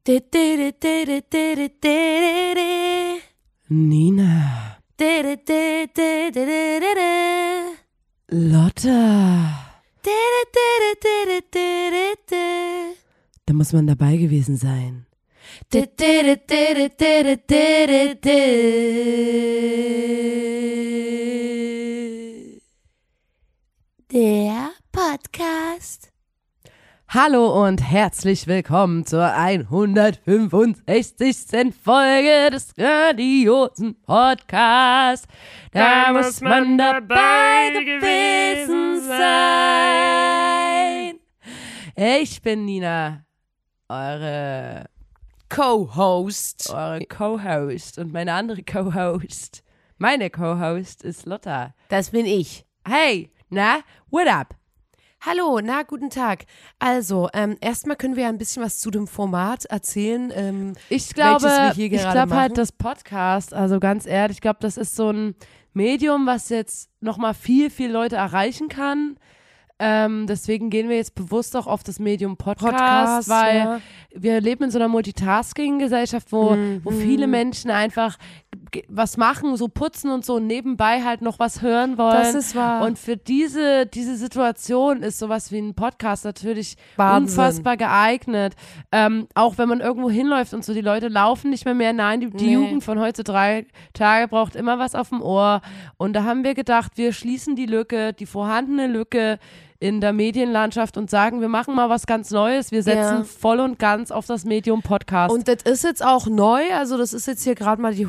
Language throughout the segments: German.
Nina. Lotta. Da muss man dabei gewesen sein. Der Podcast. Hallo und herzlich willkommen zur 165. Folge des grandiosen Podcasts. Da muss man dabei gewesen sein. Ich bin Nina, eure Co-Host. Und meine andere Co-Host. Meine Co-Host ist Lotta. Das bin ich. Hey, na, what up? Hallo, guten Tag. Also, erstmal können wir ja ein bisschen was zu dem Format erzählen. Ich glaube machen. halt das Podcast, also ganz ehrlich, ich glaube, das ist so ein Medium, was jetzt nochmal viel Leute erreichen kann. Deswegen gehen wir jetzt bewusst auch auf das Medium Podcast, weil wir leben in so einer Multitasking-Gesellschaft, wo viele Menschen einfach was machen, so putzen und so und nebenbei halt noch was hören wollen. Das ist wahr. Und für diese Situation ist sowas wie ein Podcast natürlich Wahnsinn. Unfassbar geeignet. Auch wenn man irgendwo hinläuft und so, die Leute laufen nicht mehr. Nein, die Jugend von heutzutage braucht immer was auf dem Ohr. Und da haben wir gedacht, wir schließen die vorhandene Lücke in der Medienlandschaft und sagen, wir machen mal was ganz Neues. Wir setzen voll und ganz auf das Medium Podcast. Und das ist jetzt auch neu, also das ist jetzt hier gerade mal die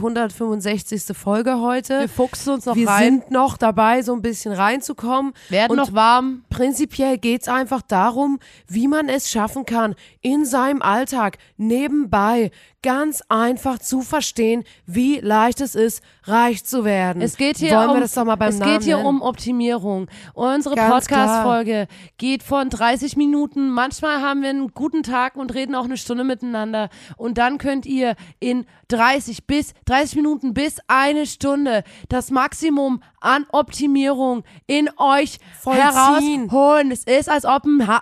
165. Folge heute. Wir fuchsen uns noch Wir rein. sind noch dabei, so ein bisschen reinzukommen. Werden und noch warm. Prinzipiell geht's einfach darum, wie man es schaffen kann, in seinem Alltag nebenbei ganz einfach zu verstehen, wie leicht es ist, reich zu werden. Es geht hier Wollen wir das doch mal beim Namen nennen? um Optimierung. Unsere Ganz Podcast-Folge geht von 30 Minuten. Manchmal haben wir einen guten Tag und reden auch eine Stunde miteinander. Und dann könnt ihr in 30 Minuten bis eine Stunde das Maximum an Optimierung in euch herausholen. Es ist, als ob ein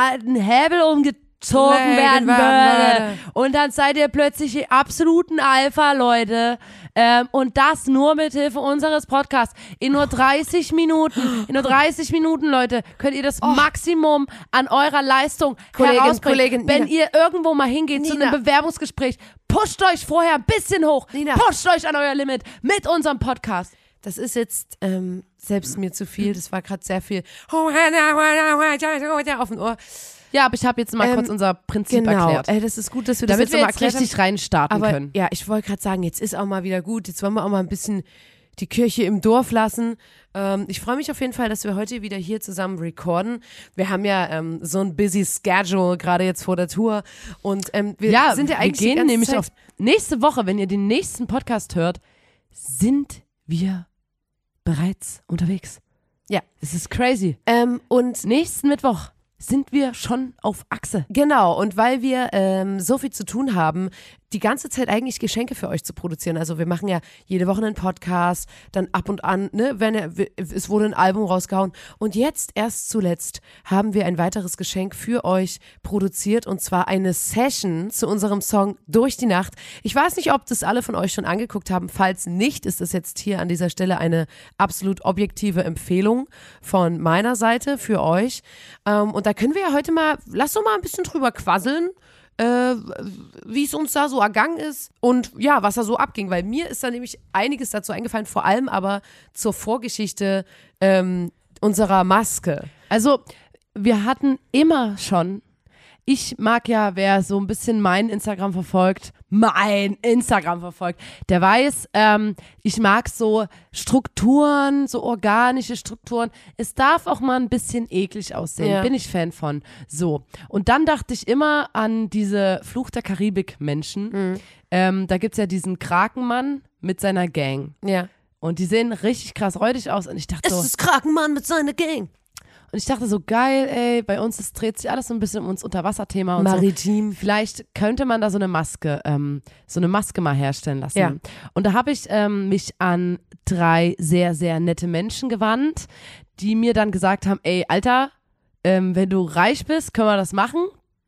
Hebel umgezogen werden würde. Und dann seid ihr plötzlich die absoluten Alpha-Leute. Und das nur mit Hilfe unseres Podcasts. In nur 30 Minuten, Leute, könnt ihr das Maximum an eurer Leistung herausbringen. Wenn ihr irgendwo mal hingeht zu einem Bewerbungsgespräch, pusht euch vorher ein bisschen hoch. Pusht euch an euer Limit mit unserem Podcast. Das ist jetzt selbst mir zu viel. Das war gerade sehr viel auf dem Ohr. Ja, aber ich habe jetzt mal kurz unser Prinzip erklärt. Das ist gut, dass wir das damit jetzt wir mal jetzt erklärt richtig reinstarten können. Ja, ich wollte gerade sagen, jetzt ist auch mal wieder gut. Jetzt wollen wir auch mal ein bisschen die Kirche im Dorf lassen. Ich freue mich auf jeden Fall, dass wir heute wieder hier zusammen recorden. Wir haben ja so ein busy Schedule gerade jetzt vor der Tour. Und wir sind ja eigentlich wir gehen nämlich Zeit auf nächste Woche, wenn ihr den nächsten Podcast hört, sind wir bereits unterwegs. Ja. Das ist crazy. Und Nächsten Mittwoch sind wir schon auf Achse. genau, und weil wir so viel zu tun haben, die ganze Zeit eigentlich Geschenke für euch zu produzieren. Also wir machen ja jede Woche einen Podcast, dann ab und an, es wurde ein Album rausgehauen. Und jetzt, erst zuletzt, haben wir ein weiteres Geschenk für euch produziert, und zwar eine Session zu unserem Song Durch die Nacht. Ich weiß nicht, ob das alle von euch schon angeguckt haben. Falls nicht, ist es jetzt hier an dieser Stelle eine absolut objektive Empfehlung von meiner Seite für euch. Und da können wir ja heute mal, lass doch mal ein bisschen drüber quasseln, wie es uns da so ergangen ist und ja, was da so abging, weil mir ist da nämlich einiges dazu eingefallen, vor allem aber zur Vorgeschichte unserer Maske. Also, wir hatten immer schon, ich mag ja, wer so ein bisschen mein Instagram verfolgt, der weiß, ich mag so Strukturen, so organische Strukturen. Es darf auch mal ein bisschen eklig aussehen, bin ich Fan von. So, und dann dachte ich immer an diese Fluch der Karibik-Menschen. Da gibt's ja diesen Krakenmann mit seiner Gang. Ja. Und die sehen richtig krass räudig aus. Und ich dachte Es ist Krakenmann mit seiner Gang. Und ich dachte so, geil, ey, bei uns dreht sich alles so ein bisschen um uns Unterwasserthema und Maritim. so. Vielleicht könnte man da so eine Maske mal herstellen lassen. Ja. Und da habe ich mich an 3 sehr, sehr nette Menschen gewandt, die mir dann gesagt haben, ey, Alter, wenn du reich bist, können wir das machen. Ja.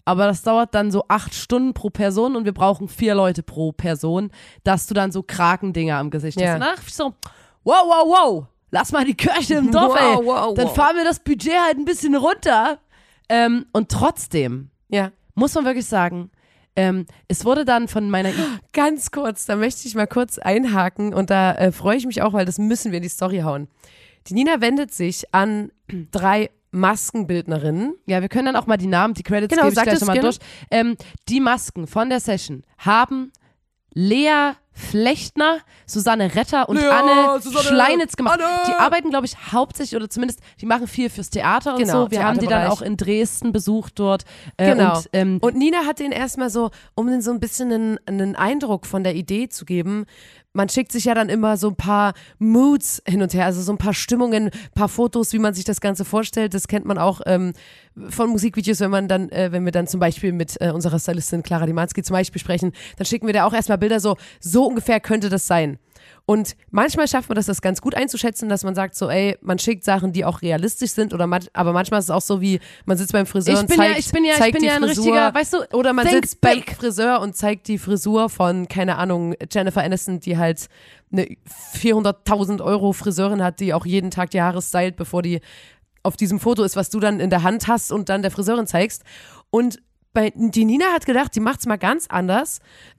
aber das dauert dann so 8 Stunden pro Person und wir brauchen 4 Leute pro Person, dass du dann so Krakendinger am Gesicht hast. Und dann dachte ich so, wow, lass mal die Kirche im Dorf, ey. Dann fahren wir das Budget halt ein bisschen runter. Und trotzdem muss man wirklich sagen, es wurde dann von meiner... Ganz kurz, da möchte ich mal kurz einhaken und da freue ich mich auch, weil das müssen wir in die Story hauen. Die Nina wendet sich an 3 Maskenbildnerinnen. Ja, wir können dann auch mal die Namen, die Credits gebe ich gleich nochmal durch. Die Masken von der Session haben Lea Flechtner, Susanne Retter und Anne Schleinitz gemacht. Die arbeiten, glaube ich, hauptsächlich oder zumindest, die machen viel fürs Theater und so. Wir haben die dann auch in Dresden besucht dort. Und Nina hat denen erstmal so, um denen so ein bisschen einen Eindruck von der Idee zu geben, man schickt sich ja dann immer so ein paar Moods hin und her, also so ein paar Stimmungen, ein paar Fotos, wie man sich das Ganze vorstellt. Das kennt man auch von Musikvideos, wenn wir dann zum Beispiel mit unserer Stylistin Clara Dimanski zum Beispiel sprechen, dann schicken wir da auch erstmal Bilder so ungefähr könnte das sein. Und manchmal schafft man das ganz gut einzuschätzen, dass man sagt so, ey, man schickt Sachen, die auch realistisch sind aber manchmal ist es auch so wie, man sitzt beim Friseur und zeigt die Frisur, ein richtiger, weißt du, oder man sitzt beim Friseur und zeigt die Frisur von, keine Ahnung, Jennifer Aniston, die halt eine 400.000 € Friseurin hat, die auch jeden Tag die Haare stylt, bevor die auf diesem Foto ist, was du dann in der Hand hast und dann der Friseurin zeigst. Und die Nina hat gedacht, die macht's mal ganz anders,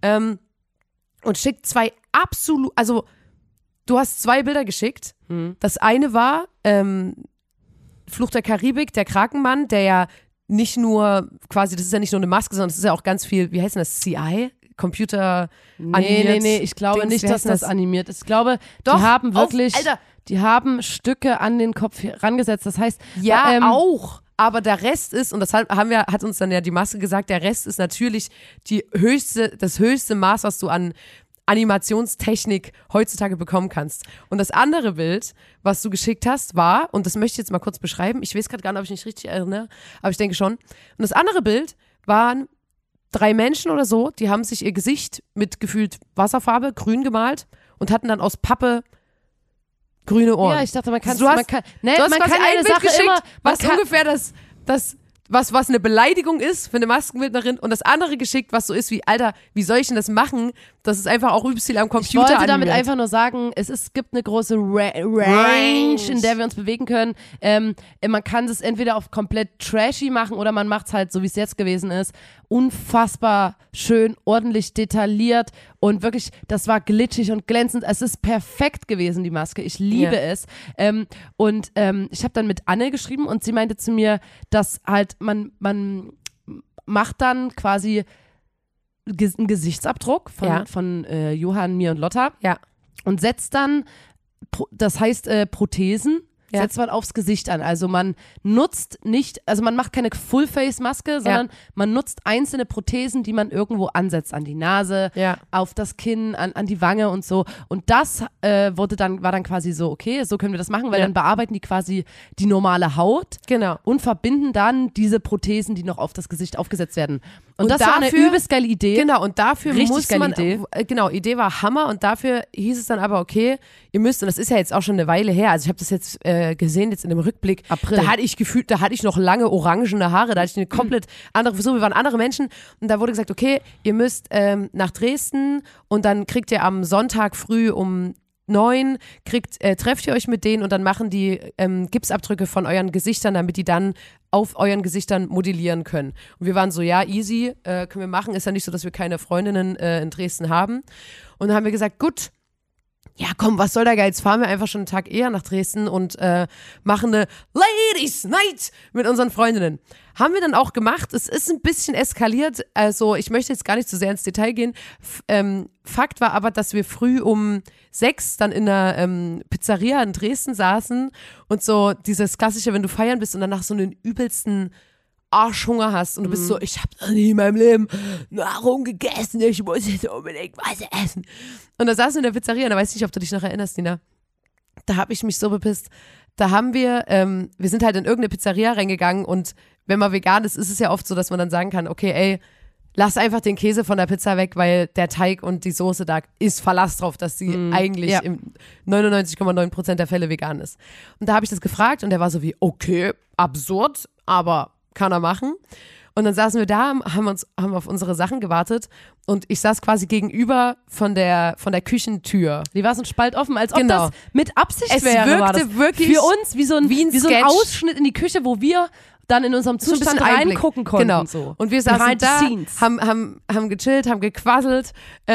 und schickt 2 absolut, also du hast 2 Bilder geschickt. Das eine war Fluch der Karibik, der Krakenmann, der ja nicht nur quasi, das ist ja nicht nur eine Maske, sondern das ist ja auch ganz viel, wie heißt denn das, CI? Computer animiert? Nee, ich glaube nicht, dass das animiert ist. Ich glaube, die haben wirklich, die haben Stücke an den Kopf rangesetzt. Das heißt, auch. Aber der Rest ist, und das hat uns dann ja die Maske gesagt, der Rest ist natürlich das höchste Maß, was du an Animationstechnik heutzutage bekommen kannst. Und das andere Bild, was du geschickt hast, war, und das möchte ich jetzt mal kurz beschreiben, ich weiß gerade gar nicht, ob ich mich richtig erinnere, aber ich denke schon. Und das andere Bild waren 3 Menschen oder so, die haben sich ihr Gesicht mit gefühlt Wasserfarbe grün gemalt und hatten dann aus Pappe grüne Ohren. Ja, ich dachte, man kann du hast man quasi kann ein eine Bild Sache geschickt, immer, was ungefähr was eine Beleidigung ist für eine Maskenbildnerin und das andere geschickt, was so ist wie, Alter, wie soll ich denn das machen? Das ist einfach auch übelst viel am Computer Ich wollte damit animiert. einfach nur sagen, es gibt eine große Range, in der wir uns bewegen können. Man kann es entweder auf komplett trashy machen oder man macht es halt so, wie es jetzt gewesen ist. Unfassbar schön, ordentlich detailliert und wirklich, das war glitschig und glänzend. Es ist perfekt gewesen, die Maske. Ich liebe es. Ich habe dann mit Anne geschrieben und sie meinte zu mir, dass halt man macht dann quasi einen Gesichtsabdruck von Johann, mir und Lotta und setzt dann, das heißt Prothesen, setzt man aufs Gesicht an. Also man nutzt nicht, also man macht keine Full-Face-Maske, sondern man nutzt einzelne Prothesen, die man irgendwo ansetzt, an die Nase, auf das Kinn, an die Wange und so. Und das war dann quasi so, okay, so können wir das machen, weil dann bearbeiten die quasi die normale Haut und verbinden dann diese Prothesen, die noch auf das Gesicht aufgesetzt werden. Und das war eine übelst geile Idee. Genau, und dafür muss man, Idee war Hammer und dafür hieß es dann aber, okay, ihr müsst, und das ist ja jetzt auch schon eine Weile her, also ich habe das jetzt gesehen, jetzt in dem Rückblick, April. Da hatte ich noch lange orangene Haare, da hatte ich eine komplett andere Frisur, wir waren andere Menschen und da wurde gesagt, okay, ihr müsst nach Dresden und dann kriegt ihr am Sonntag früh um 9 trefft ihr euch mit denen und dann machen die Gipsabdrücke von euren Gesichtern, damit die dann auf euren Gesichtern modellieren können. Und wir waren so, ja, easy, können wir machen. Ist ja nicht so, dass wir keine Freundinnen in Dresden haben. Und dann haben wir gesagt, gut, ja komm, was soll der Geiz, fahren wir einfach schon einen Tag eher nach Dresden und machen eine Ladies Night mit unseren Freundinnen. Haben wir dann auch gemacht, es ist ein bisschen eskaliert, also ich möchte jetzt gar nicht zu sehr ins Detail gehen. Fakt war aber, dass wir früh um 6 dann in einer Pizzeria in Dresden saßen und so dieses klassische, wenn du feiern bist und danach so einen übelsten Arschhunger hast und du bist so, ich habe noch nie in meinem Leben Nahrung gegessen, ich muss jetzt unbedingt was essen. Und da saßen wir in der Pizzeria und da weiß ich nicht, ob du dich noch erinnerst, Nina. Da habe ich mich so bepisst. Da haben wir sind halt in irgendeine Pizzeria reingegangen und wenn man vegan ist, ist es ja oft so, dass man dann sagen kann, okay, ey, lass einfach den Käse von der Pizza weg, weil der Teig und die Soße da ist Verlass drauf, dass sie eigentlich in 99,9% der Fälle vegan ist. Und da habe ich das gefragt und der war so wie, okay, absurd, aber kann er machen. Und dann saßen wir da, haben auf unsere Sachen gewartet und ich saß quasi gegenüber von der Küchentür. Die war so ein Spalt offen, als ob Genau. das mit Absicht Es wäre. wirkte war das. wirklich für uns wie so ein Sketch. Ausschnitt in die Küche, wo wir dann in unserem So ein Zustand bisschen Einblick. reingucken konnten. Genau. So. Und wir saßen Behind the da, scenes. haben gechillt, haben gequasselt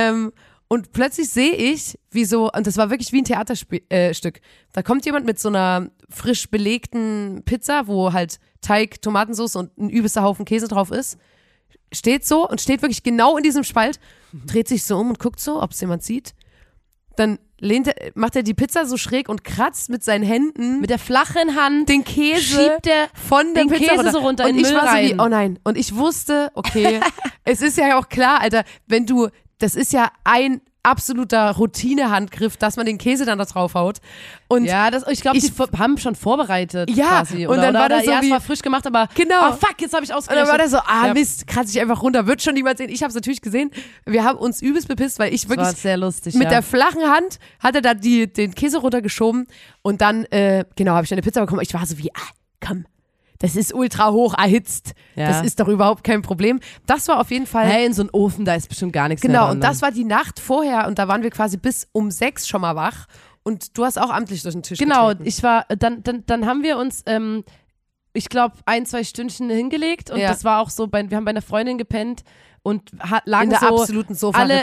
und plötzlich sehe ich, wie so, und das war wirklich wie ein Theaterstück, da kommt jemand mit so einer frisch belegten Pizza, wo halt Teig, Tomatensauce und ein übelster Haufen Käse drauf ist, steht so und steht wirklich genau in diesem Spalt, dreht sich so um und guckt so, ob es jemand sieht. Dann macht er die Pizza so schräg und kratzt mit seinen Händen Mit der flachen Hand den Käse schiebt er von der den Pizza Käse so runter und in den ich Müll war so wie, rein. oh nein. Und ich wusste, okay, es ist ja auch klar, Alter, das ist ja ein absoluter Routinehandgriff, dass man den Käse dann da drauf haut. Und ja, ich glaube, die haben schon vorbereitet Ja, quasi. und dann war das so ja, es wie- war frisch gemacht, aber Genau. oh fuck, jetzt habe ich Und ausgerechnet. dann war der so, Ja. Mist, kratze ich einfach runter, wird schon niemand sehen. Ich habe es natürlich gesehen. Wir haben uns übelst bepisst, weil ich Das war wirklich sehr lustig, mit ja. der flachen Hand hat er da den Käse runtergeschoben und dann, genau, habe ich eine Pizza bekommen. Ich war so wie, komm, das ist ultra hoch erhitzt. Ja. Das ist doch überhaupt kein Problem. Das war auf jeden Fall. Hey, in so einem Ofen, da ist bestimmt gar nichts mehr Genau, dran, und das war die Nacht vorher und da waren wir quasi bis um 6 schon mal wach und du hast auch amtlich durch den Tisch Genau, getreten. ich war, dann haben wir uns, ich glaube, 1-2 Stündchen hingelegt und Ja. das war auch so, wir haben bei einer Freundin gepennt und lagen in der so absoluten Sofa-Ritze.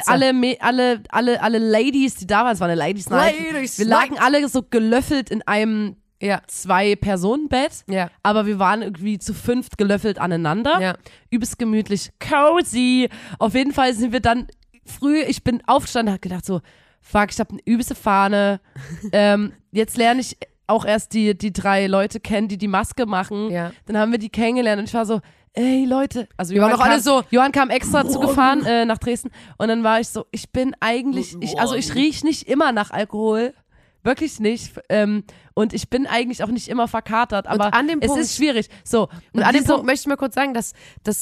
alle Ladies, die da waren, es war eine Ladies Night, Ladies wir lagen alle so gelöffelt in einem Ja, 2-Personen-Bett, ja, aber wir waren irgendwie zu 5 gelöffelt aneinander. ja. Übelst gemütlich, cozy. Auf jeden Fall sind wir dann früh, ich bin aufgestanden, hab gedacht so, fuck, ich hab eine übelste Fahne. Jetzt lerne ich auch erst die 3 Leute kennen, die Maske machen. Ja. Dann haben wir die kennengelernt und ich war so, ey Leute, also Wir waren doch alle so, Johann kam extra zugefahren nach Dresden und dann war ich so, ich bin eigentlich, ich riech nicht immer nach Alkohol. Wirklich nicht. Und ich bin eigentlich auch nicht immer verkatert, aber an dem es Punkt- ist schwierig. So, Und an dem Punkt möchte ich mal kurz sagen, dass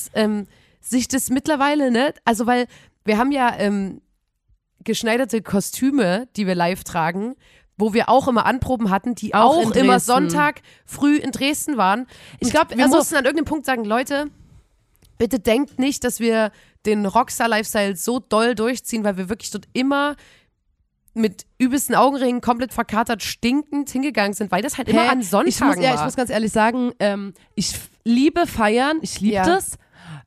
sich das mittlerweile, ne, also weil wir haben ja geschneiderte Kostüme, die wir live tragen, wo wir auch immer Anproben hatten, die Auch auch in immer Dresden. Sonntag früh in Dresden waren. Ich glaub, wir also- mussten an irgendeinem Punkt sagen, Leute, bitte denkt nicht, dass wir den Rockstar-Lifestyle so doll durchziehen, weil wir wirklich dort immer mit übelsten Augenringen komplett verkatert, stinkend hingegangen sind, weil das halt immer an Sonntagen war. Ich muss ganz ehrlich sagen, ich liebe Feiern, ich liebe Ja. das.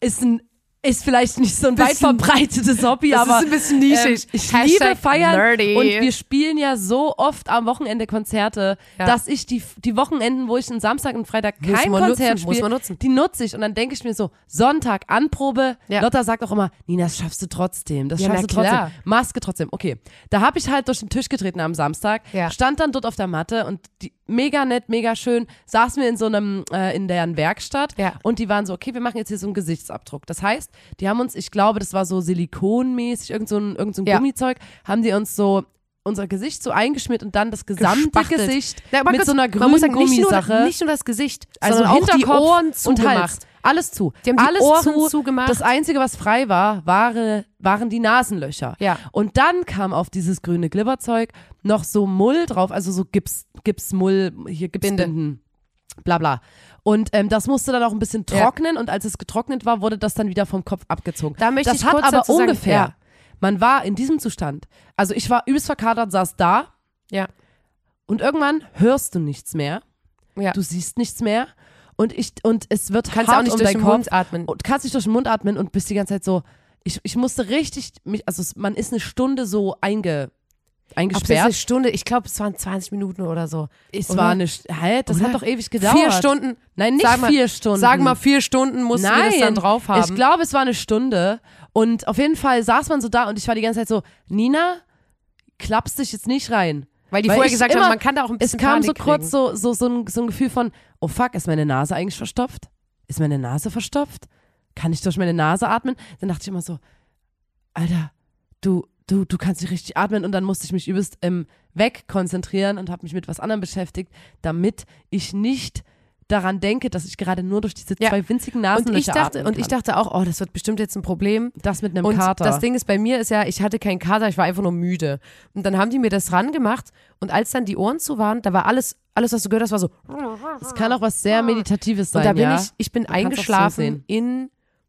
Ist vielleicht nicht so ein weit Bisschen- verbreitetes Hobby, Das aber ist ein bisschen nischig. ich Hashtag liebe Feiern nerdy. und wir spielen ja so oft am Wochenende Konzerte, Ja. dass ich die Wochenenden, wo ich einen Samstag und Freitag Muss kein man Konzert nutzen, muss spiele, man nutzen. die nutze ich und dann denke ich mir so, Sonntag Anprobe, Ja. Lotta sagt auch immer, Nina, das schaffst du trotzdem, das Ja, schaffst na du trotzdem, klar. Maske trotzdem, okay. Da habe ich halt durch den Tisch getreten am Samstag, Ja. stand dann dort auf der Matte und mega nett, mega schön, saßen wir in so einem, in deren Werkstatt Ja. und die waren so, okay, wir machen jetzt hier so einen Gesichtsabdruck. Das heißt, die haben uns, ich glaube, das war so silikonmäßig, irgend so ein Ja. Gummizeug, haben die uns so unser Gesicht so eingeschmiert und dann das gesamte Gespachtelt. Gesicht Ja, aber mit kurz, so einer man grünen muss sagen, Gummisache. Nicht nur das Gesicht, Also sondern auch die Hinterkopf Ohren und zugemacht. Hals. Alles zu. Die haben die Alles Ohren zugemacht. Das Einzige, was frei war, waren die Nasenlöcher. Ja. Und dann kam auf dieses grüne Glibberzeug noch so Mull drauf, also so Gipsmull, hier Gipsbinden, bla bla. Und das musste dann auch ein bisschen trocknen und als es getrocknet war, wurde das dann wieder vom Kopf abgezogen. Da möchte das ich hat kurz aber dazu sagen, ungefähr, ja. man war in diesem Zustand, also ich war übelst verkatert, saß da Ja. und irgendwann hörst du nichts mehr. Ja. Du siehst nichts mehr und es wird kannst hart auch nicht um durch deinen den Kopf Mund atmen. und kannst nicht durch den Mund atmen und bist die ganze Zeit so, ich musste richtig, man ist eine Stunde so Ob das eine eingesperrt. Stunde, ich glaube, es waren 20 Minuten oder so. Es oder? war eine, das Oder? hat doch ewig gedauert. 4 Stunden. Nein, nicht Sag mal, 4 Stunden. Sag mal, 4 Stunden mussten wir das dann drauf haben. Ich glaube, es war eine Stunde und auf jeden Fall saß man so da und ich war die ganze Zeit so, Nina, klappst dich jetzt nicht rein. weil die weil vorher ich gesagt haben, immer- man kann da auch ein Es bisschen kam so Panik kurz kriegen. so ein Gefühl von, oh fuck, ist meine Nase eigentlich verstopft? Ist meine Nase verstopft? Kann ich durch meine Nase atmen? Dann dachte ich immer so, Alter, du kannst nicht richtig atmen und dann musste ich mich übelst wegkonzentrieren und habe mich mit was anderem beschäftigt, damit ich nicht daran denke, dass ich gerade nur durch diese Ja. 2 winzigen Und Nasenlöcher atmen kann. ich dachte auch, oh, das wird bestimmt jetzt ein Problem. das mit einem Und Kater. das Ding ist, bei mir ist ja, ich hatte keinen Kater, ich war einfach nur müde. Und dann haben die mir das rangemacht und als dann die Ohren zu waren, da war alles, was du gehört hast, war so. das kann auch was sehr Meditatives sein, Und da bin ja. ich bin kannst auch so eingeschlafen sehen. in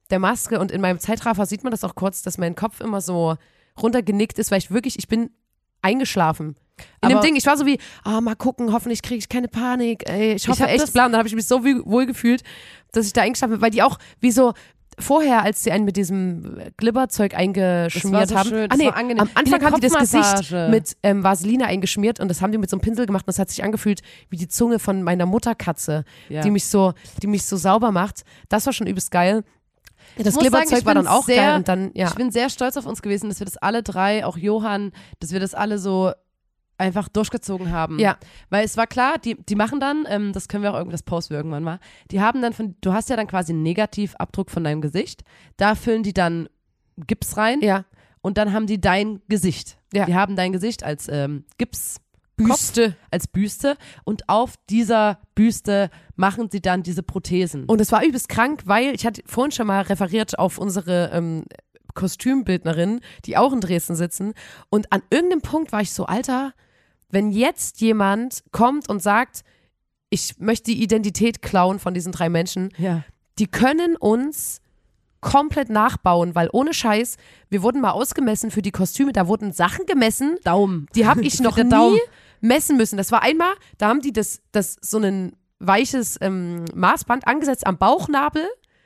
der Maske und in meinem Zeitraffer sieht man das auch kurz, dass mein Kopf immer so runtergenickt ist, weil ich bin eingeschlafen. In dem Ding, ich war so wie, mal gucken, hoffentlich kriege ich keine Panik, ey, ich hoffe echt, bla. Und dann habe ich mich so wohl gefühlt, dass ich da eingeschlafen bin, weil die auch wie so vorher, als sie einen mit diesem Glibberzeug eingeschmiert haben. Schön, am Anfang haben die das Gesicht mit Vaseline eingeschmiert und das haben die mit so einem Pinsel gemacht und das hat sich angefühlt wie die Zunge von meiner Mutterkatze, die mich so sauber macht. Das war schon übelst geil. Das Glibberzeug war dann auch geil und dann, Ich bin sehr stolz auf uns gewesen, dass wir das alle drei, auch Johann, dass wir das alle so einfach durchgezogen haben. Ja. Weil es war klar, die machen dann, das können wir auch das posten wir irgendwann mal, die haben dann du hast ja dann quasi einen Negativabdruck von deinem Gesicht, da füllen die dann Gips rein und dann haben die dein Gesicht. Ja. Die haben dein Gesicht als Gips Büste. Als Büste und auf dieser Büste machen sie dann diese Prothesen. Und es war übelst krank, weil ich hatte vorhin schon mal referiert auf unsere Kostümbildnerin, die auch in Dresden sitzen und an irgendeinem Punkt war ich so, Alter, wenn jetzt jemand kommt und sagt, ich möchte die Identität klauen von diesen 3 Menschen, die können uns komplett nachbauen, weil ohne Scheiß, wir wurden mal ausgemessen für die Kostüme, da wurden Sachen gemessen, Daumen. Die habe ich noch nie messen müssen. Das war einmal, da haben die das so ein weiches Maßband angesetzt am Bauchnabel,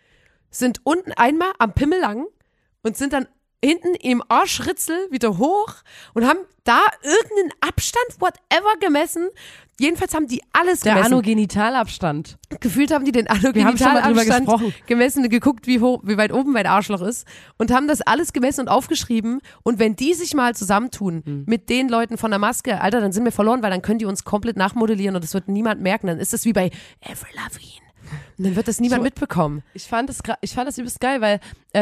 sind unten einmal am Pimmel lang und sind dann hinten im Arschritzel wieder hoch und haben da irgendeinen Abstand, whatever, gemessen. Jedenfalls haben die alles gemessen. Der Anogenitalabstand. Gefühlt haben die den Anogenitalabstand gemessen und geguckt, wie weit oben mein Arschloch ist und haben das alles gemessen und aufgeschrieben. Und wenn die sich mal zusammentun mit den Leuten von der Maske, Alter, dann sind wir verloren, weil dann können die uns komplett nachmodellieren und das wird niemand merken. Dann ist das wie bei Avril Lavigne. Und dann wird das niemand mitbekommen. Ich fand das übelst geil, weil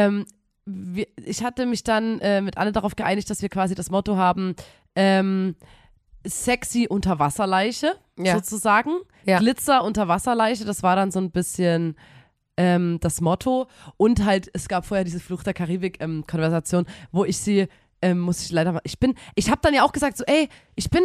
ich hatte mich dann mit alle darauf geeinigt, dass wir quasi das Motto haben, sexy Unterwasserleiche, sozusagen. Ja. Glitzer Unterwasserleiche, das war dann so ein bisschen das Motto. Und halt, es gab vorher diese Fluch der Karibik-Konversation, wo ich sie, muss ich leider mal, ich habe dann ja auch gesagt, so, ey,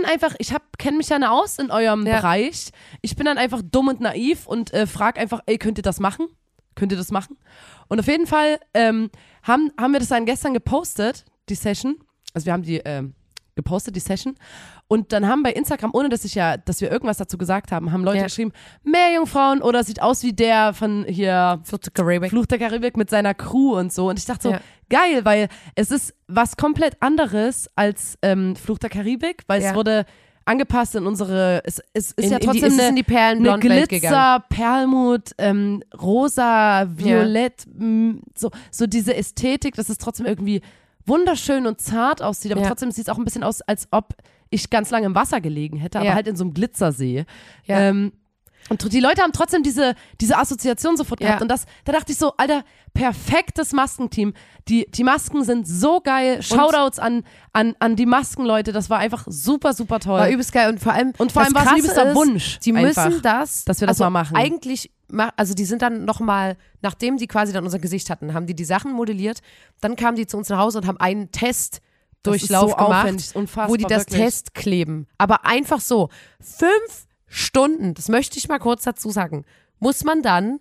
kenne mich ja nicht aus in eurem Bereich. Ich bin dann einfach dumm und naiv und frag einfach, ey, könnt ihr das machen? Könnt ihr das machen? Und auf jeden Fall haben wir das dann gestern gepostet, die Session. Also wir haben die gepostet, die Session. Und dann haben bei Instagram, ohne dass wir irgendwas dazu gesagt haben, haben Leute geschrieben, Meerjungfrauen oder sieht aus wie der von hier Fluch der Karibik mit seiner Crew und so. Und ich dachte so, geil, weil es ist was komplett anderes als Fluch der Karibik, weil es wurde angepasst in unsere, es ist ja trotzdem eine Glitzer, Perlmut, rosa, violett, so diese Ästhetik, dass es trotzdem irgendwie wunderschön und zart aussieht, aber trotzdem sieht es auch ein bisschen aus, als ob ich ganz lange im Wasser gelegen hätte, aber halt in so einem Glitzersee. Ja. Und die Leute haben trotzdem diese Assoziation sofort gehabt. Und da dachte ich so, Alter, perfektes Maskenteam. Die Masken sind so geil. Shoutouts an die Maskenleute. Das war einfach super, super toll. War übelst geil. Und vor allem war es ein übelster Wunsch. Die müssen dass wir das mal machen. Eigentlich, also die sind dann nochmal, nachdem die quasi dann unser Gesicht hatten, haben die Sachen modelliert. Dann kamen die zu uns nach Hause und haben einen Testdurchlauf gemacht, wo die das Test kleben. Aber einfach so. 5 Stunden, das möchte ich mal kurz dazu sagen, muss man dann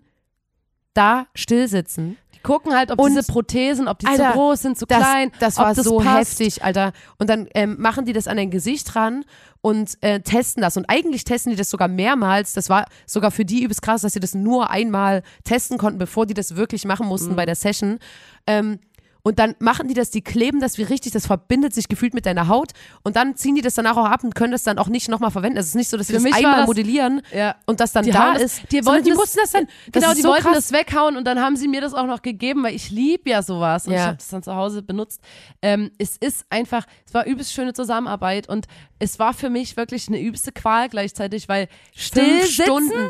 da still sitzen. Die gucken halt, ob diese Prothesen, ob die zu groß sind, zu klein. Das war so heftig, Alter. Und dann machen die das an dein Gesicht ran und testen das. Und eigentlich testen die das sogar mehrmals. Das war sogar für die übelst krass, dass sie das nur einmal testen konnten, bevor die das wirklich machen mussten bei der Session. Und dann machen die das, die kleben das wie richtig, das verbindet sich gefühlt mit deiner Haut und dann ziehen die das danach auch ab und können das dann auch nicht nochmal verwenden. Es ist nicht so, dass sie das einmal modellieren und das dann ist. Die mussten das dann, genau, die wollten das weghauen und dann haben sie mir das auch noch gegeben, weil ich liebe ja sowas und ich habe das dann zu Hause benutzt. Es war übelst schöne Zusammenarbeit und es war für mich wirklich eine übelste Qual gleichzeitig, weil 5 Stunden.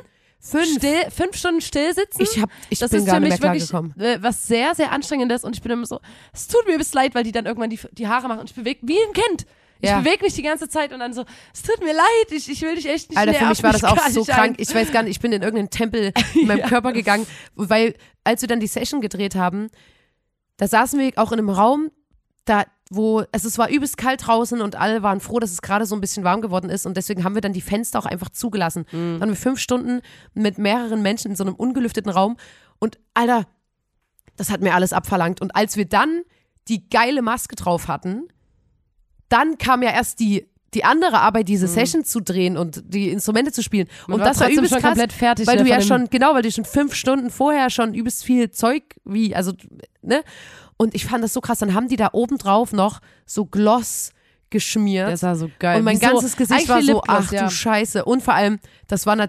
5 Stunden still sitzen. Das bin gar nicht mehr klargekommen. Was sehr, sehr anstrengendes und ich bin immer so, es tut mir ein bisschen leid, weil die dann irgendwann die Haare machen und ich bewege wie ein Kind. Ich bewege mich die ganze Zeit und dann so, es tut mir leid, ich will dich echt nicht Alter, mehr. für mich war das auch so krank. Ich weiß gar nicht, ich bin in irgendeinen Tempel in meinem Körper gegangen, weil als wir dann die Session gedreht haben, da saßen wir auch in einem Raum, es war übelst kalt draußen und alle waren froh, dass es gerade so ein bisschen warm geworden ist und deswegen haben wir dann die Fenster auch einfach zugelassen. Dann haben wir 5 Stunden mit mehreren Menschen in so einem ungelüfteten Raum und Alter, Das hat mir alles abverlangt. Und als wir dann die geile Maske drauf hatten, dann kam ja erst die andere Arbeit, diese Session zu drehen und die Instrumente zu spielen. Und das war übelst schon krass, komplett fertig, weil ne, du ja von dem- weil du schon 5 Stunden vorher schon übelst viel Zeug ne? Und ich fand das so krass. Dann haben die da oben drauf noch so Gloss geschmiert. Das war so geil. Und mein Wie so- ganzes Gesicht eigentlich war wie so, Lipgloss, ach ja. du Scheiße. Und vor allem, das war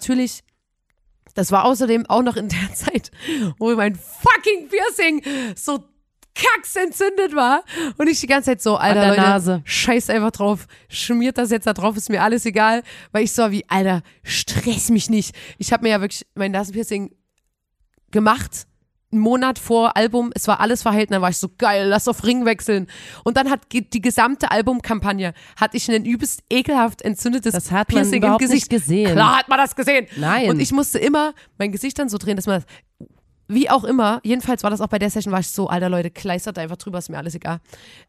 außerdem auch noch in der Zeit, wo mein fucking Piercing so kacks entzündet war. Und ich die ganze Zeit so, Alter, der Leute, Nase. scheiß einfach drauf. Schmiert das jetzt da drauf, ist mir alles egal. Weil ich so war wie, Alter, stress mich nicht. Ich habe mir ja wirklich mein Nasenpiercing gemacht, einen Monat vor Album, es war alles verheilt, dann war ich so, geil, lass auf Ring wechseln. Und dann hat die gesamte Albumkampagne, hatte ich ein übelst ekelhaft entzündetes Das hat man Piercing im überhaupt Gesicht. nicht gesehen. Klar hat man das gesehen. Nein. Und ich musste immer mein Gesicht dann so drehen, dass man das, wie auch immer, jedenfalls war das auch bei der Session, war ich so, Alter Leute, kleistert einfach drüber, ist mir alles egal.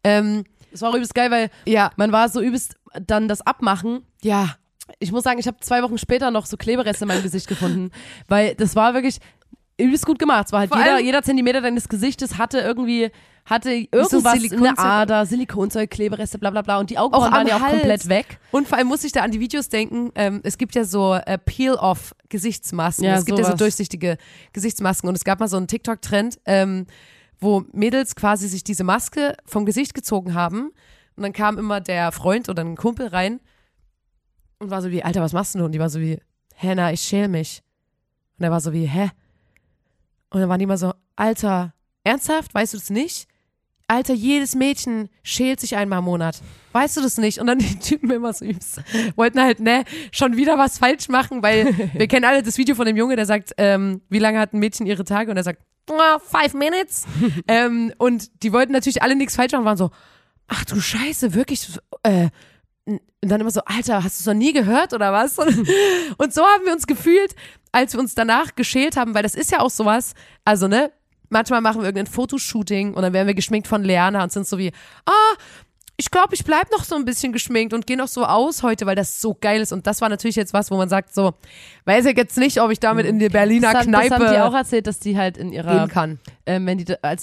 Das war auch übelst geil, weil Ja, man war so übelst dann das Abmachen. ja, Ich muss sagen, ich habe 2 Wochen später noch so Klebereste in meinem Gesicht gefunden, weil das war wirklich übelst gut gemacht. Es war halt Vor allem- jeder Zentimeter deines Gesichtes hatte irgendwas, Silikonzeug. eine Ader, Silikonzeug, Klebereste, bla bla bla. Und die Augenbrauen Auch waren am ja auch Hals. komplett weg. Und vor allem muss ich da an die Videos denken, es gibt ja so Peel-Off-Gesichtsmasken. Ja, Es gibt ja so sowas. durchsichtige Gesichtsmasken. Und es gab mal so einen TikTok-Trend, wo Mädels quasi sich diese Maske vom Gesicht gezogen haben. Und dann kam immer der Freund oder ein Kumpel rein und war so wie, Alter, was machst du? Und die war so wie, hä, na, ich schäle mich. Und er war so wie, hä? Und dann waren die immer so, Alter, ernsthaft? Weißt du das nicht? Alter, jedes Mädchen schält sich einmal im Monat. Weißt du das nicht? Und dann die Typen immer so übelst, wollten halt, schon wieder was falsch machen, weil wir kennen alle das Video von dem Junge, der sagt, wie lange hat ein Mädchen ihre Tage? Und er sagt, 5 minutes. Und die wollten natürlich alle nichts falsch machen, waren so, ach du Scheiße, wirklich, und dann immer so, Alter, hast du es noch nie gehört oder was? Und so haben wir uns gefühlt, als wir uns danach geschält haben, weil das ist ja auch sowas, also ne, manchmal machen wir irgendein Fotoshooting und dann werden wir geschminkt von Leana und sind so wie, ich glaube, ich bleib noch so ein bisschen geschminkt und gehe noch so aus heute, weil das so geil ist. Und das war natürlich jetzt was, wo man sagt so, weiß ich jetzt nicht, ob ich damit in die Berliner Das Kneipe haben die auch erzählt, dass die halt in ihrer gehen kann. als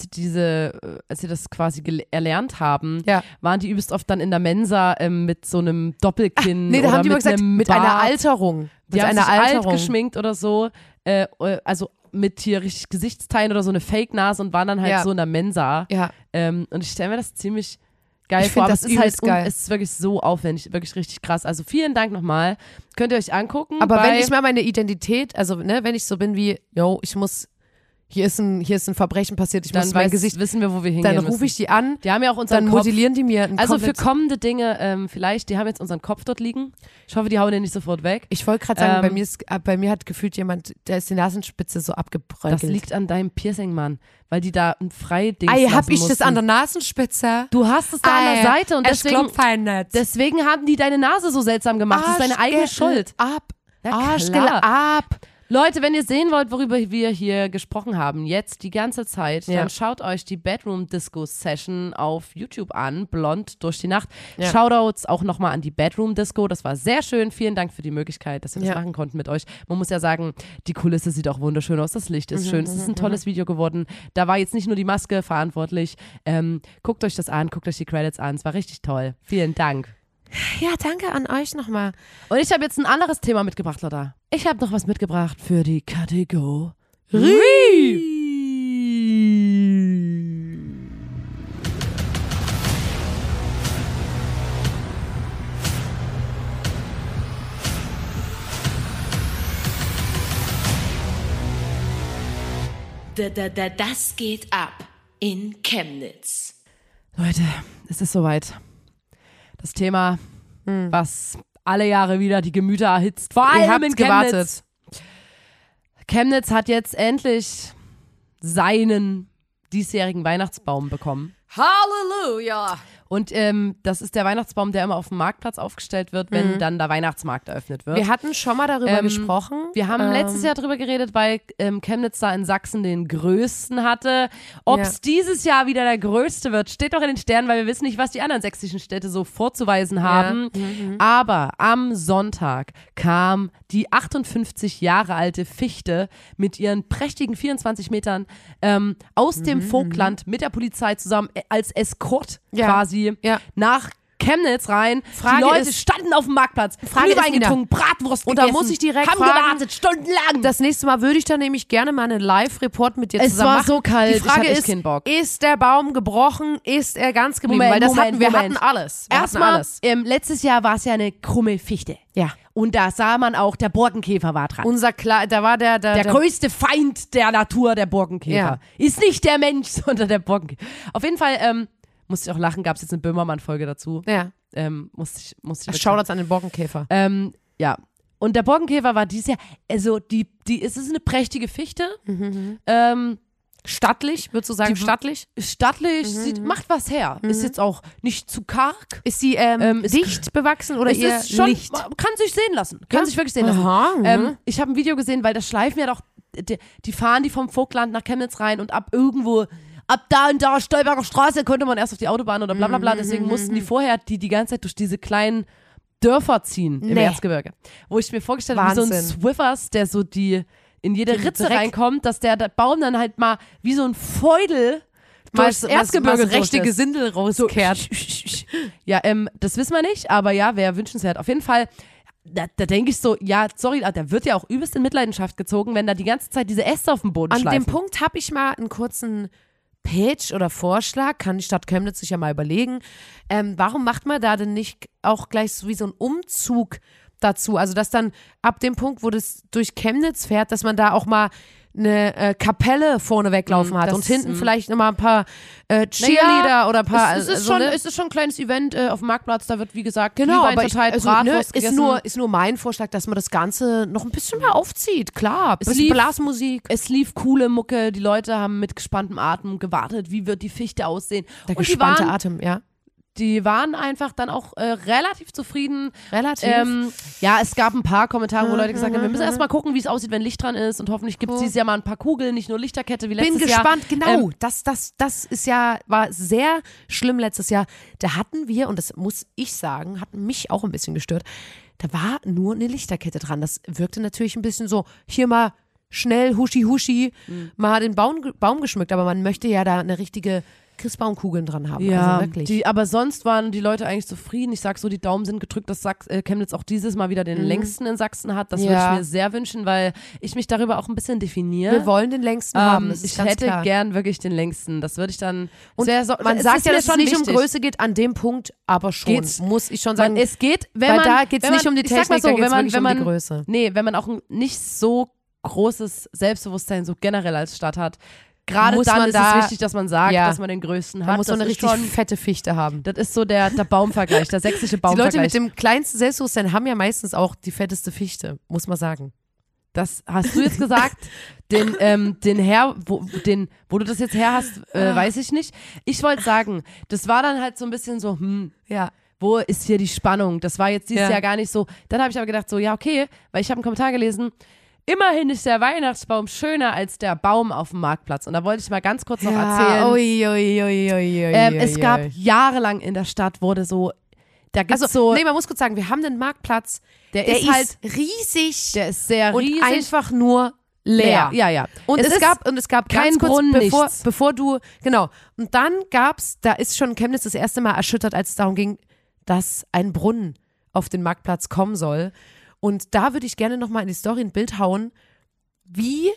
sie das quasi erlernt haben, Ja. waren die übelst oft dann in der Mensa mit so einem Doppelkinn Nee, da oder haben die immer mit gesagt, einem mit Bart. einer Alterung. Die Mit haben einer sich alt Alterung. geschminkt oder so, also mit hier richtig Gesichtsteilen oder so eine Fake-Nase und waren dann halt Ja. so in der Mensa. Ja. Und ich stelle mir das ziemlich geil Ich vor, find aber das es ist halt übelst geil. es ist wirklich so aufwendig, wirklich richtig krass. Also vielen Dank nochmal. Könnt ihr euch angucken. Aber bei, wenn ich mal meine Identität, also ne, wenn ich so bin wie, yo, hier ist ein Verbrechen passiert, ich dann muss mein Gesicht, wissen wir, wo wir hingehen dann müssen. rufe ich die an, Die haben ja auch unseren dann Kopf. modellieren die mir einen Also für komplett- kommende Dinge, vielleicht, die haben jetzt unseren Kopf dort liegen. Ich hoffe, die hauen den nicht sofort weg. Ich wollte gerade sagen, bei mir hat gefühlt jemand, der ist die Nasenspitze so abgebröckelt. Das liegt an deinem Piercing, Mann. Weil die da ein Freiding Ei, hab lassen ich das mussten. an der Nasenspitze? Du hast es da an der Seite und es klopft halt nicht. deswegen haben die deine Nase so seltsam gemacht. Das ist deine eigene Arschgel Schuld. Ab. Ja, Arschgel klar. ab. Leute, wenn ihr sehen wollt, worüber wir hier gesprochen haben, jetzt die ganze Zeit, Ja. dann schaut euch die Bedroom Disco Session auf YouTube an, Blond durch die Nacht. Ja. Shoutouts auch nochmal an die Bedroom Disco, das war sehr schön. Vielen Dank für die Möglichkeit, dass wir das Ja. machen konnten mit euch. Man muss ja sagen, die Kulisse sieht auch wunderschön aus, das Licht ist schön, es ist ein tolles Video geworden. Da war jetzt nicht nur die Maske verantwortlich. Guckt euch das an, guckt euch die Credits an, es war richtig toll. Vielen Dank. Ja, danke an euch nochmal. Und ich habe jetzt ein anderes Thema mitgebracht, Lotta. Ich habe noch was mitgebracht für die Kategorie. Das geht ab in Chemnitz. Leute, es ist soweit. Das Thema, was alle Jahre wieder die Gemüter erhitzt, vor Ihr allem habt in gewartet. Chemnitz. Chemnitz hat jetzt endlich seinen diesjährigen Weihnachtsbaum bekommen. Halleluja. Und das ist der Weihnachtsbaum, der immer auf dem Marktplatz aufgestellt wird, wenn dann der Weihnachtsmarkt eröffnet wird. Wir hatten schon mal darüber gesprochen. Wir haben letztes Jahr darüber geredet, weil Chemnitz da in Sachsen den größten hatte. Ob es dieses Jahr wieder der größte wird, steht doch in den Sternen, weil wir wissen nicht, was die anderen sächsischen Städte so vorzuweisen haben. Aber am Sonntag kam die 58 Jahre alte Fichte mit ihren prächtigen 24 Metern aus dem Vogtland mit der Polizei zusammen als Escort quasi nach Chemnitz rein. Die Leute standen auf dem Marktplatz, Glühwein getrunken, Bratwurst gegessen. Und da muss ich direkt haben fragen, gewartet, stundenlang. Das nächste Mal würde ich dann nämlich gerne mal einen Live-Report mit dir zusammen machen. Es war so kalt, Die Frage ich hatte echt ist, keinen Bock. Ist der Baum gebrochen? Ist er ganz geblieben? Moment, Weil wir hatten alles. Erstmal, letztes Jahr war es ja eine krumme Fichte. Ja. Und da sah man auch, der Borkenkäfer war dran. Da war der größte Feind der Natur, der Borkenkäfer. Ja. Ist nicht der Mensch, sondern der Borkenkäfer. Auf jeden Fall musste ich auch lachen, gab es jetzt eine Böhmermann-Folge dazu. Ja. Musste ich Shoutouts an den Borkenkäfer. Ja. Und der Borkenkäfer war dieses Jahr, also es ist eine prächtige Fichte. Stattlich, würdest du sagen, stattlich? Stattlich, macht was her. Ist jetzt auch nicht zu karg. Ist sie dicht bewachsen oder eher ist schon, licht? Kann sich sehen lassen. Kann sich wirklich sehen lassen. Aha, ich habe ein Video gesehen, weil das schleifen ja doch, die fahren die vom Vogtland nach Chemnitz rein und ab da und da Stolberger Straße konnte man erst auf die Autobahn oder bla bla bla. Deswegen mussten die vorher die ganze Zeit durch diese kleinen Dörfer ziehen im Erzgebirge. Wo ich mir vorgestellt habe, wie so ein Swiffers, der so in jede Ritze reinkommt, dass der Baum dann halt mal wie so ein Feudel durchs Erzgebirge das rechte Gesindel rauskehrt. So, ja, das wissen wir nicht, aber ja, wäre wünschenswert. Auf jeden Fall, da denke ich so, ja, sorry, der wird ja auch übelst in Mitleidenschaft gezogen, wenn da die ganze Zeit diese Äste auf dem Boden schleifen. An dem Punkt habe ich mal einen kurzen Pitch oder Vorschlag, kann die Stadt Chemnitz sich ja mal überlegen. Warum macht man da denn nicht auch gleich so wie so einen Umzug dazu? Also, dass dann ab dem Punkt, wo das durch Chemnitz fährt, dass man da auch mal eine Kapelle vorne weglaufen hat und hinten vielleicht nochmal ein paar Cheerleader oder ein paar. Es ist schon ein kleines Event auf dem Marktplatz, da wird wie gesagt Glühwein verteilt, Bratwurst gegessen. Ist nur mein Vorschlag, dass man das Ganze noch ein bisschen mehr aufzieht. Klar, Blasmusik. Es lief coole Mucke, die Leute haben mit gespanntem Atem gewartet, wie wird die Fichte aussehen. Der gespannte Atem, ja. Die waren einfach dann auch relativ zufrieden. Relativ? Ja, es gab ein paar Kommentare, wo Leute gesagt haben, wir müssen erstmal gucken, wie es aussieht, wenn Licht dran ist und hoffentlich gibt es dieses Jahr mal ein paar Kugeln, nicht nur Lichterkette wie letztes Jahr. Bin gespannt, genau. Das ist ja, war sehr schlimm letztes Jahr. Da hatten wir, und das muss ich sagen, hat mich auch ein bisschen gestört, da war nur eine Lichterkette dran. Das wirkte natürlich ein bisschen so, hier mal schnell, huschi, mal den Baum geschmückt, aber man möchte ja da eine richtige Christbaumkugeln dran haben. Ja, also wirklich. Aber sonst waren die Leute eigentlich zufrieden. Ich sag so, die Daumen sind gedrückt, dass Chemnitz auch dieses Mal wieder den längsten in Sachsen hat. Das würde ich mir sehr wünschen, weil ich mich darüber auch ein bisschen definiere. Wir wollen den längsten haben. Das ist ich ganz hätte klar. gern wirklich den längsten. Das würde ich dann. Und man sagt ja, dass es nicht um Größe geht, an dem Punkt aber schon. Muss ich schon sagen. Es geht, da geht es nicht um die Technik, da geht es wirklich um die Größe. Nee, wenn man auch ein nicht so großes Selbstbewusstsein so generell als Stadt hat, gerade dann ist es wichtig, dass man sagt, dass man den größten hat. Man muss so eine richtig fette Fichte haben. Das ist so der Baumvergleich, der sächsische Baumvergleich. Die Leute mit dem kleinsten Selbstbewusstsein haben ja meistens auch die fetteste Fichte, muss man sagen. Das hast du jetzt gesagt. Wo du das jetzt her hast, weiß ich nicht. Ich wollte sagen, das war dann halt so ein bisschen so, wo ist hier die Spannung? Das war jetzt dieses Jahr gar nicht so. Dann habe ich aber gedacht so, ja okay, weil ich habe einen Kommentar gelesen, immerhin ist der Weihnachtsbaum schöner als der Baum auf dem Marktplatz. Und da wollte ich mal ganz kurz noch erzählen. Es gab jahrelang in der Stadt, wurde so, da gibt's man muss kurz sagen, wir haben den Marktplatz, der ist halt riesig. Der ist sehr riesig. Und einfach nur leer. Ja. Und es gab kein Grund, bevor du, genau. Und dann da ist schon Chemnitz das erste Mal erschüttert, als es darum ging, dass ein Brunnen auf den Marktplatz kommen soll. Und da würde ich gerne nochmal in die Story ein Bild hauen, wie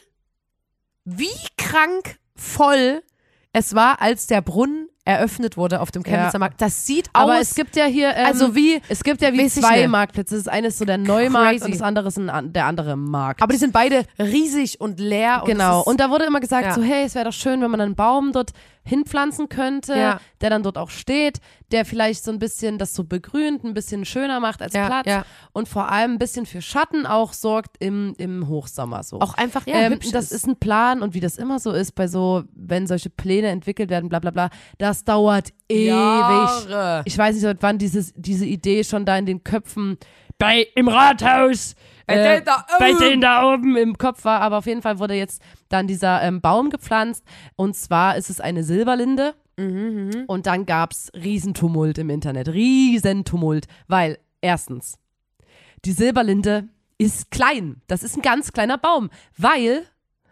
krank voll es war, als der Brunnen eröffnet wurde auf dem Chemnitzer Markt. Das sieht aus. Aber es gibt ja hier, es gibt ja wie zwei Marktplätze. Das eine ist so der Neumarkt und das andere ist der andere Markt. Aber die sind beide riesig und leer. Genau. Und da wurde immer gesagt so, hey, es wäre doch schön, wenn man einen Baum dort hinpflanzen könnte, Ja. der dann dort auch steht, der vielleicht so ein bisschen das so begrünt, ein bisschen schöner macht als Ja, Platz ja. und vor allem ein bisschen für Schatten auch sorgt im Hochsommer so. Auch einfach, hübsch das ist ein Plan und wie das immer so ist bei so, wenn solche Pläne entwickelt werden, bla bla bla, das dauert ewig. Jahre. Ich weiß nicht, seit wann diese Idee schon da in den Köpfen im Rathaus bei denen da oben im Kopf war, aber auf jeden Fall wurde jetzt dann dieser Baum gepflanzt und zwar ist es eine Silberlinde und dann gab's Riesentumult im Internet, Riesentumult, weil erstens, die Silberlinde ist klein, das ist ein ganz kleiner Baum, weil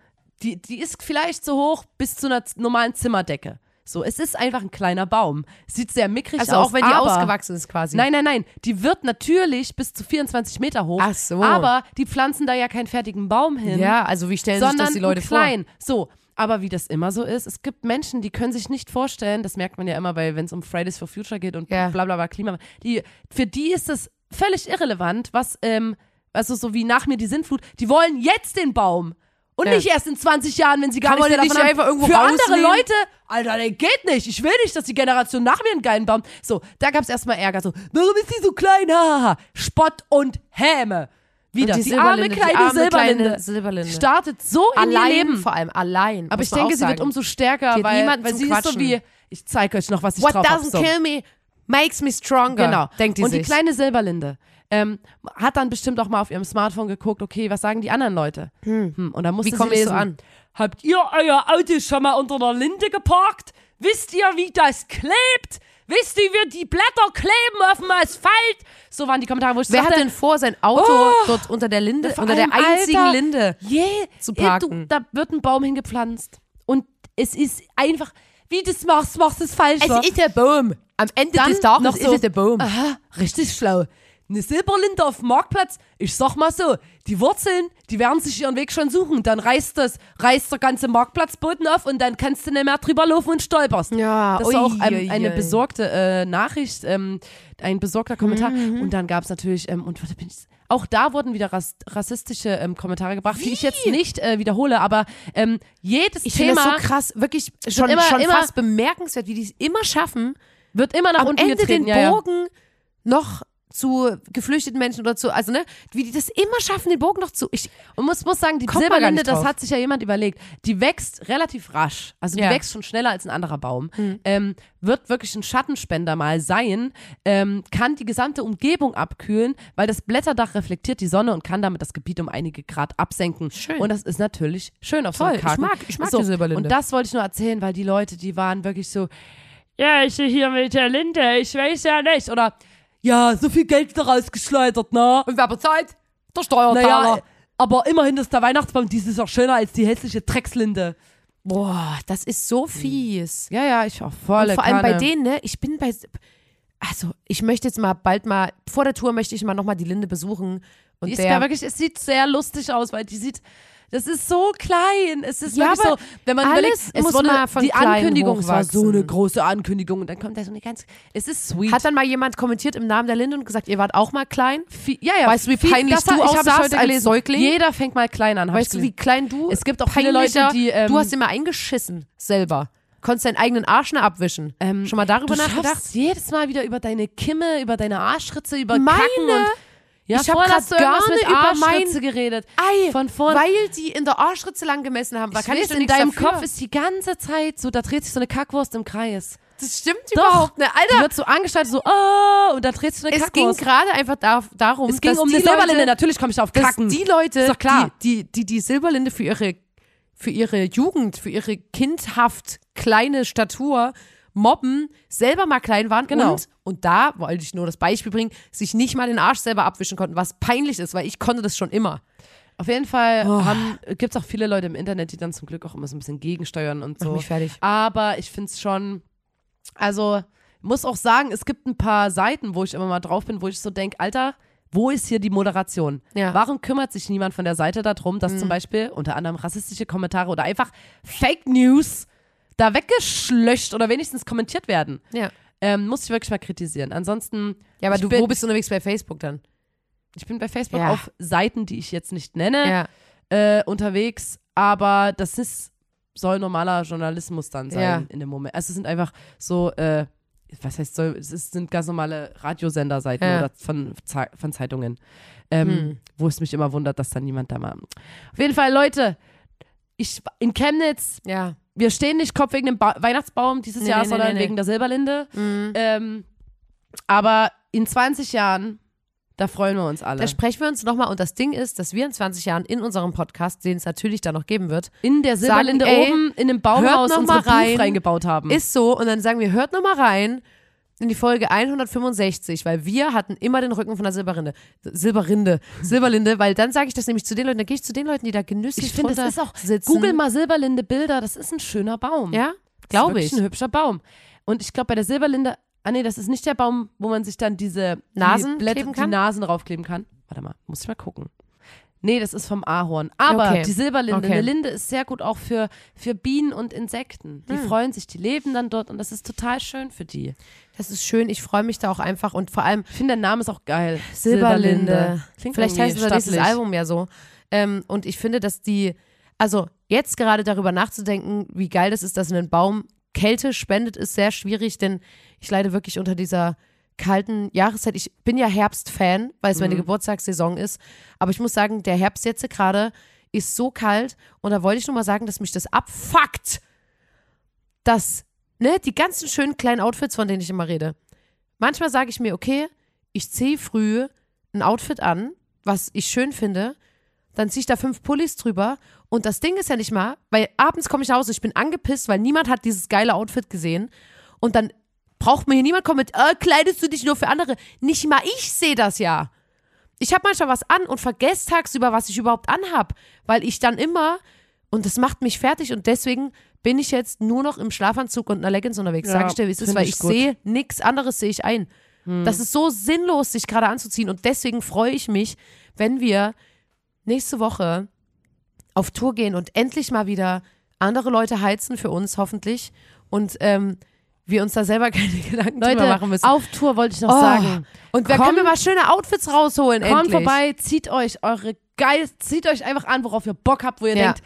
die ist vielleicht so hoch bis zu einer normalen Zimmerdecke. So, es ist einfach ein kleiner Baum. Sieht sehr mickrig aus. Also auch wenn die aber ausgewachsen ist quasi. Nein. Die wird natürlich bis zu 24 Meter hoch. Ach so. Aber die pflanzen da ja keinen fertigen Baum hin. Ja, also wie stellen sich sondern das die Leute klein. So, aber wie das immer so ist, es gibt Menschen, die können sich nicht vorstellen, das merkt man ja immer, wenn es um Fridays for Future geht und Ja. bla bla bla Klima. Für die ist es völlig irrelevant, was, also so wie nach mir die Sintflut, die wollen jetzt den Baum. Und Ja. nicht erst in 20 Jahren, wenn sie gar Kann man nichts mehr den davon nicht haben. einfach irgendwo Für andere rausnehmen? Leute, Alter, der geht nicht. Ich will nicht, dass die Generation nach mir einen geilen Baum. So, da gab's erstmal Ärger. So, warum ist die so klein? Hahaha. Spott und Häme. Wieder. Und Die arme kleine Silberlinde Silberlinde. startet so in ihr Allein Leben. vor allem, allein. Aber muss ich man denke, auch sie wird sagen. umso stärker, Die hat weil niemanden zum sie ist so Quatschen. wie, ich zeig euch noch, was ich What drauf hab. doesn't So. kill me makes me stronger. Genau. Denkt die und sich. die kleine Silberlinde hat dann bestimmt auch mal auf ihrem Smartphone geguckt, okay, was sagen die anderen Leute? Und dann musste Wie komme sie ich lesen. so an? Habt ihr euer Auto schon mal unter der Linde geparkt? Wisst ihr, wie das klebt? Wisst ihr, wie die Blätter kleben auf dem Asphalt? So waren die Kommentare, wo ich Wer sagte, hat denn vor, sein Auto dort unter der Linde, vor unter der allem, einzigen Alter, Linde zu parken? Da wird ein Baum hingepflanzt. Und es ist einfach, wie du es machst du es falsch. Es ist der Baum. Am Ende Dann des Tages noch ist so, es der Baum. Aha, richtig schlau. Eine Silberlinde auf dem Marktplatz, ich sag mal so, die Wurzeln, die werden sich ihren Weg schon suchen. Dann reißt der ganze Marktplatzboden auf und dann kannst du nicht mehr drüber laufen und stolperst. Ja, das ist auch ui. eine besorgte Nachricht, ein besorgter Kommentar. Und dann gab es natürlich, auch da wurden wieder rassistische Kommentare gebracht, die ich jetzt nicht wiederhole, aber jedes Ich finde Thema das so krass, wirklich schon immer fast bemerkenswert, wie die es immer schaffen, wird immer nach am unten Ende getreten. den Bogen noch zu geflüchteten Menschen oder zu, also ne, wie die das immer schaffen, den Bogen noch zu. Und muss sagen, die Kommt man gar Silberlinde, nicht das drauf. hat sich ja jemand überlegt, die wächst relativ rasch. Also die Ja. wächst schon schneller als ein anderer Baum. Wird wirklich ein Schattenspender mal sein, kann die gesamte Umgebung abkühlen, weil das Blätterdach reflektiert die Sonne und kann damit das Gebiet um einige Grad absenken. Schön. Und das ist natürlich schön auf so Toll, einem Karten. ich mag die Silberlinde. Und das wollte ich nur erzählen, weil die Leute, die waren wirklich so, ja, ich hier mit der Linde, ich weiß ja nicht. Oder, ja, so viel Geld daraus geschleudert, ne? Und wer bezahlt? Der Steuerzahler. Naja, aber immerhin ist der Weihnachtsbaum dieses Jahr schöner als die hässliche Dreckslinde. Boah, das ist so fies. Ja, ich auch voll. Und vor allem bei denen, ne, ich möchte jetzt mal bald mal, vor der Tour möchte ich mal nochmal die Linde besuchen. Und Die ist ja wirklich, es sieht sehr lustig aus, weil das ist so klein. Es ist Ja, wirklich aber so, wenn man alles überlegt, es muss wurde mal von die klein Ankündigung, es war so eine hochwachsen. große Ankündigung und dann kommt da so eine ganz, es ist sweet. Hat dann mal jemand kommentiert im Namen der Linde und gesagt, ihr wart auch mal klein? Ja, Weißt du, wie peinlich das du hab ich aussahst heute als gelesen. Säugling? Jeder fängt mal klein an. Weißt du, wie klein du? Es gibt auch viele Leute, die, du hast immer eingeschissen, selber. Konntest deinen eigenen Arsch nicht abwischen. Schon mal darüber du nachgedacht? schaffst jedes Mal wieder über deine Kimme, über deine Arschritze, über Meine? Kacken und ja, Ich hab vorhin grad hast du irgendwas gar mit nicht über Arschritze geredet. Ei, Von vorn. weil die in der Arschritze lang gemessen haben. Da kann ich weiß, doch in nichts deinem dafür. Kopf ist die ganze Zeit so, da dreht sich so eine Kackwurst im Kreis. Das stimmt Doch. überhaupt nicht. Die Alter, wird so angestaltet, so, oh, und da dreht sich so eine es ging Kackwurst. gerade einfach darum, Es ging dass um die eine Silberlinde, Leute, natürlich komme ich da auf dass Kacken. die Leute, Ist doch klar. die Silberlinde für ihre Jugend, für ihre kindhaft kleine Statur mobben, selber mal klein waren Genau. und da wollte ich nur das Beispiel bringen, sich nicht mal den Arsch selber abwischen konnten, was peinlich ist, weil ich konnte das schon immer. Auf jeden Fall gibt es auch viele Leute im Internet, die dann zum Glück auch immer so ein bisschen gegensteuern und so. Mach mich fertig. Aber ich finde es schon, also muss auch sagen, es gibt ein paar Seiten, wo ich immer mal drauf bin, wo ich so denke, Alter, wo ist hier die Moderation? Ja. Warum kümmert sich niemand von der Seite darum, dass zum Beispiel unter anderem rassistische Kommentare oder einfach Fake News da weggeschlöscht oder wenigstens kommentiert werden? Ja. Muss ich wirklich mal kritisieren. Ansonsten, Ja, aber ich wo bist du unterwegs bei Facebook dann? ich bin bei Facebook Ja. auf Seiten, die ich jetzt nicht nenne, unterwegs, aber das ist soll normaler Journalismus dann sein in dem Moment. Also es sind einfach so, was heißt soll, es sind ganz normale Radiosender-Seiten oder von Zeitungen, wo es mich immer wundert, dass da niemand da mal. Auf jeden Fall, Leute, in Chemnitz, wir stehen nicht Kopf wegen dem Weihnachtsbaum dieses Jahr, sondern wegen der Silberlinde. Aber in 20 Jahren, da freuen wir uns alle. Da sprechen wir uns nochmal. Und das Ding ist, dass wir in 20 Jahren in unserem Podcast, den es natürlich da noch geben wird, in der Silberlinde oben in dem Baumhaus unsere Booth reingebaut haben. Ist so. Und dann sagen wir, hört nochmal rein in die Folge 165, weil wir hatten immer den Rücken von der Silberlinde, weil dann sage ich das nämlich zu den Leuten, dann gehe ich zu den Leuten, die da genüsslich sitzen. Ich finde, das ist auch, google mal Silberlinde Bilder, das ist ein schöner Baum. Ja, glaube ich. Das ist ein hübscher Baum. Und ich glaube, bei der Silberlinde, das ist nicht der Baum, wo man sich dann die Nasen draufkleben kann. Warte mal, muss ich mal gucken. Nee, das ist vom Ahorn. Aber die Silberlinde, eine Linde ist sehr gut auch für Bienen und Insekten. Die freuen sich, die leben dann dort und das ist total schön für die. Das ist schön, ich freue mich da auch einfach und vor allem. Ich finde, der Name ist auch geil. Silberlinde. Vielleicht heißt unser nächstes Album ja so. Und ich finde, dass also jetzt gerade darüber nachzudenken, wie geil das ist, dass ein Baum Kälte spendet, ist sehr schwierig, denn ich leide wirklich unter dieser kalten Jahreszeit. Ich bin ja Herbstfan, weil es meine Geburtstagssaison ist, aber ich muss sagen, der Herbst jetzt gerade ist so kalt und da wollte ich nur mal sagen, dass mich das abfuckt, dass, die ganzen schönen kleinen Outfits, von denen ich immer rede. Manchmal sage ich mir, okay, ich ziehe früh ein Outfit an, was ich schön finde, dann ziehe ich da 5 Pullis drüber und das Ding ist ja nicht mal, weil abends komme ich nach Hause, ich bin angepisst, weil niemand hat dieses geile Outfit gesehen und dann braucht mir hier niemand kommen mit, kleidest du dich nur für andere? Nicht mal ich sehe das ja. Ich habe manchmal was an und vergesse tagsüber, was ich überhaupt anhab, weil ich dann immer, und das macht mich fertig und deswegen bin ich jetzt nur noch im Schlafanzug und einer Leggings unterwegs. Sag ich dir, wie es ist, weil ich sehe nichts anderes, sehe ich ein. Das ist so sinnlos, sich gerade anzuziehen und deswegen freue ich mich, wenn wir nächste Woche auf Tour gehen und endlich mal wieder andere Leute heizen für uns, hoffentlich. Und wir uns da selber keine Gedanken drüber machen müssen. Auf Tour wollte ich noch sagen. Und können wir mal schöne Outfits rausholen, endlich. Kommt vorbei, zieht euch einfach an, worauf ihr Bock habt, wo ihr denkt,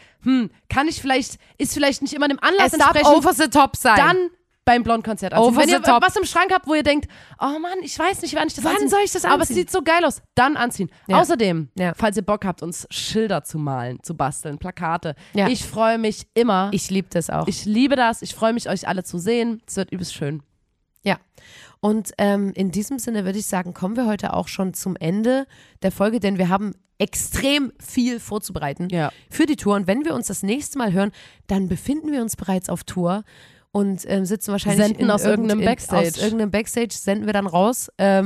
ist vielleicht nicht immer dem Anlass entsprechend. Es darf over the top sein. Dann beim Blond-Konzert anziehen. Wenn ihr was im Schrank habt, wo ihr denkt, oh Mann, ich weiß nicht, wann ich das anziehen. Wann soll ich das anziehen? Aber es sieht so geil aus. Dann anziehen. Ja. Außerdem, falls ihr Bock habt, uns Schilder zu malen, zu basteln, Plakate. Ja. Ich freue mich immer. Ich liebe das auch. Ich liebe das. Ich freue mich, euch alle zu sehen. Es wird übelst schön. Ja. Und in diesem Sinne würde ich sagen, kommen wir heute auch schon zum Ende der Folge, denn wir haben extrem viel vorzubereiten für die Tour. Und wenn wir uns das nächste Mal hören, dann befinden wir uns bereits auf Tour und sitzen wahrscheinlich aus irgendeinem Backstage. Aus irgendeinem Backstage senden wir dann raus.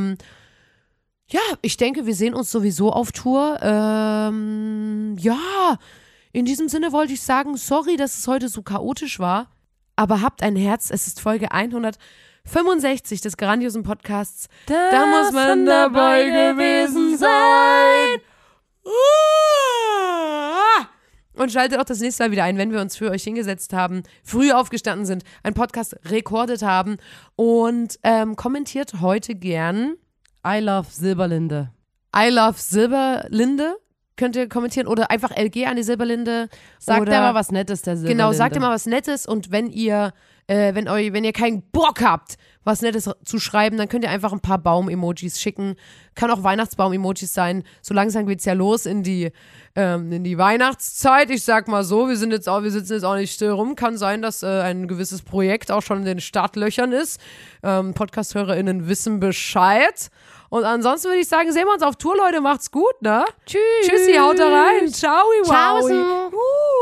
Ich denke, wir sehen uns sowieso auf Tour. In diesem Sinne wollte ich sagen, sorry, dass es heute so chaotisch war, aber habt ein Herz. Es ist Folge 165 des grandiosen Podcasts. Da muss man dabei gewesen sein. Und schaltet auch das nächste Mal wieder ein, wenn wir uns für euch hingesetzt haben, früh aufgestanden sind, einen Podcast rekordet haben und kommentiert heute gern I love Silberlinde. I love Silberlinde könnt ihr kommentieren oder einfach LG an die Silberlinde. Sagt ihr mal was Nettes der Silberlinde. Genau, sagt ihr mal was Nettes und wenn ihr keinen Bock habt, was Nettes zu schreiben, dann könnt ihr einfach ein paar Baum-Emojis schicken. Kann auch Weihnachtsbaum-Emojis sein. So langsam geht's ja los in die Weihnachtszeit. Ich sag mal so, wir sitzen jetzt auch nicht still rum. Kann sein, dass ein gewisses Projekt auch schon in den Startlöchern ist. Podcast-HörerInnen wissen Bescheid. Und ansonsten würde ich sagen, sehen wir uns auf Tour, Leute. Macht's gut, ne? Tschüss. Tschüssi, haut da rein. Ciao, wow. Ciao.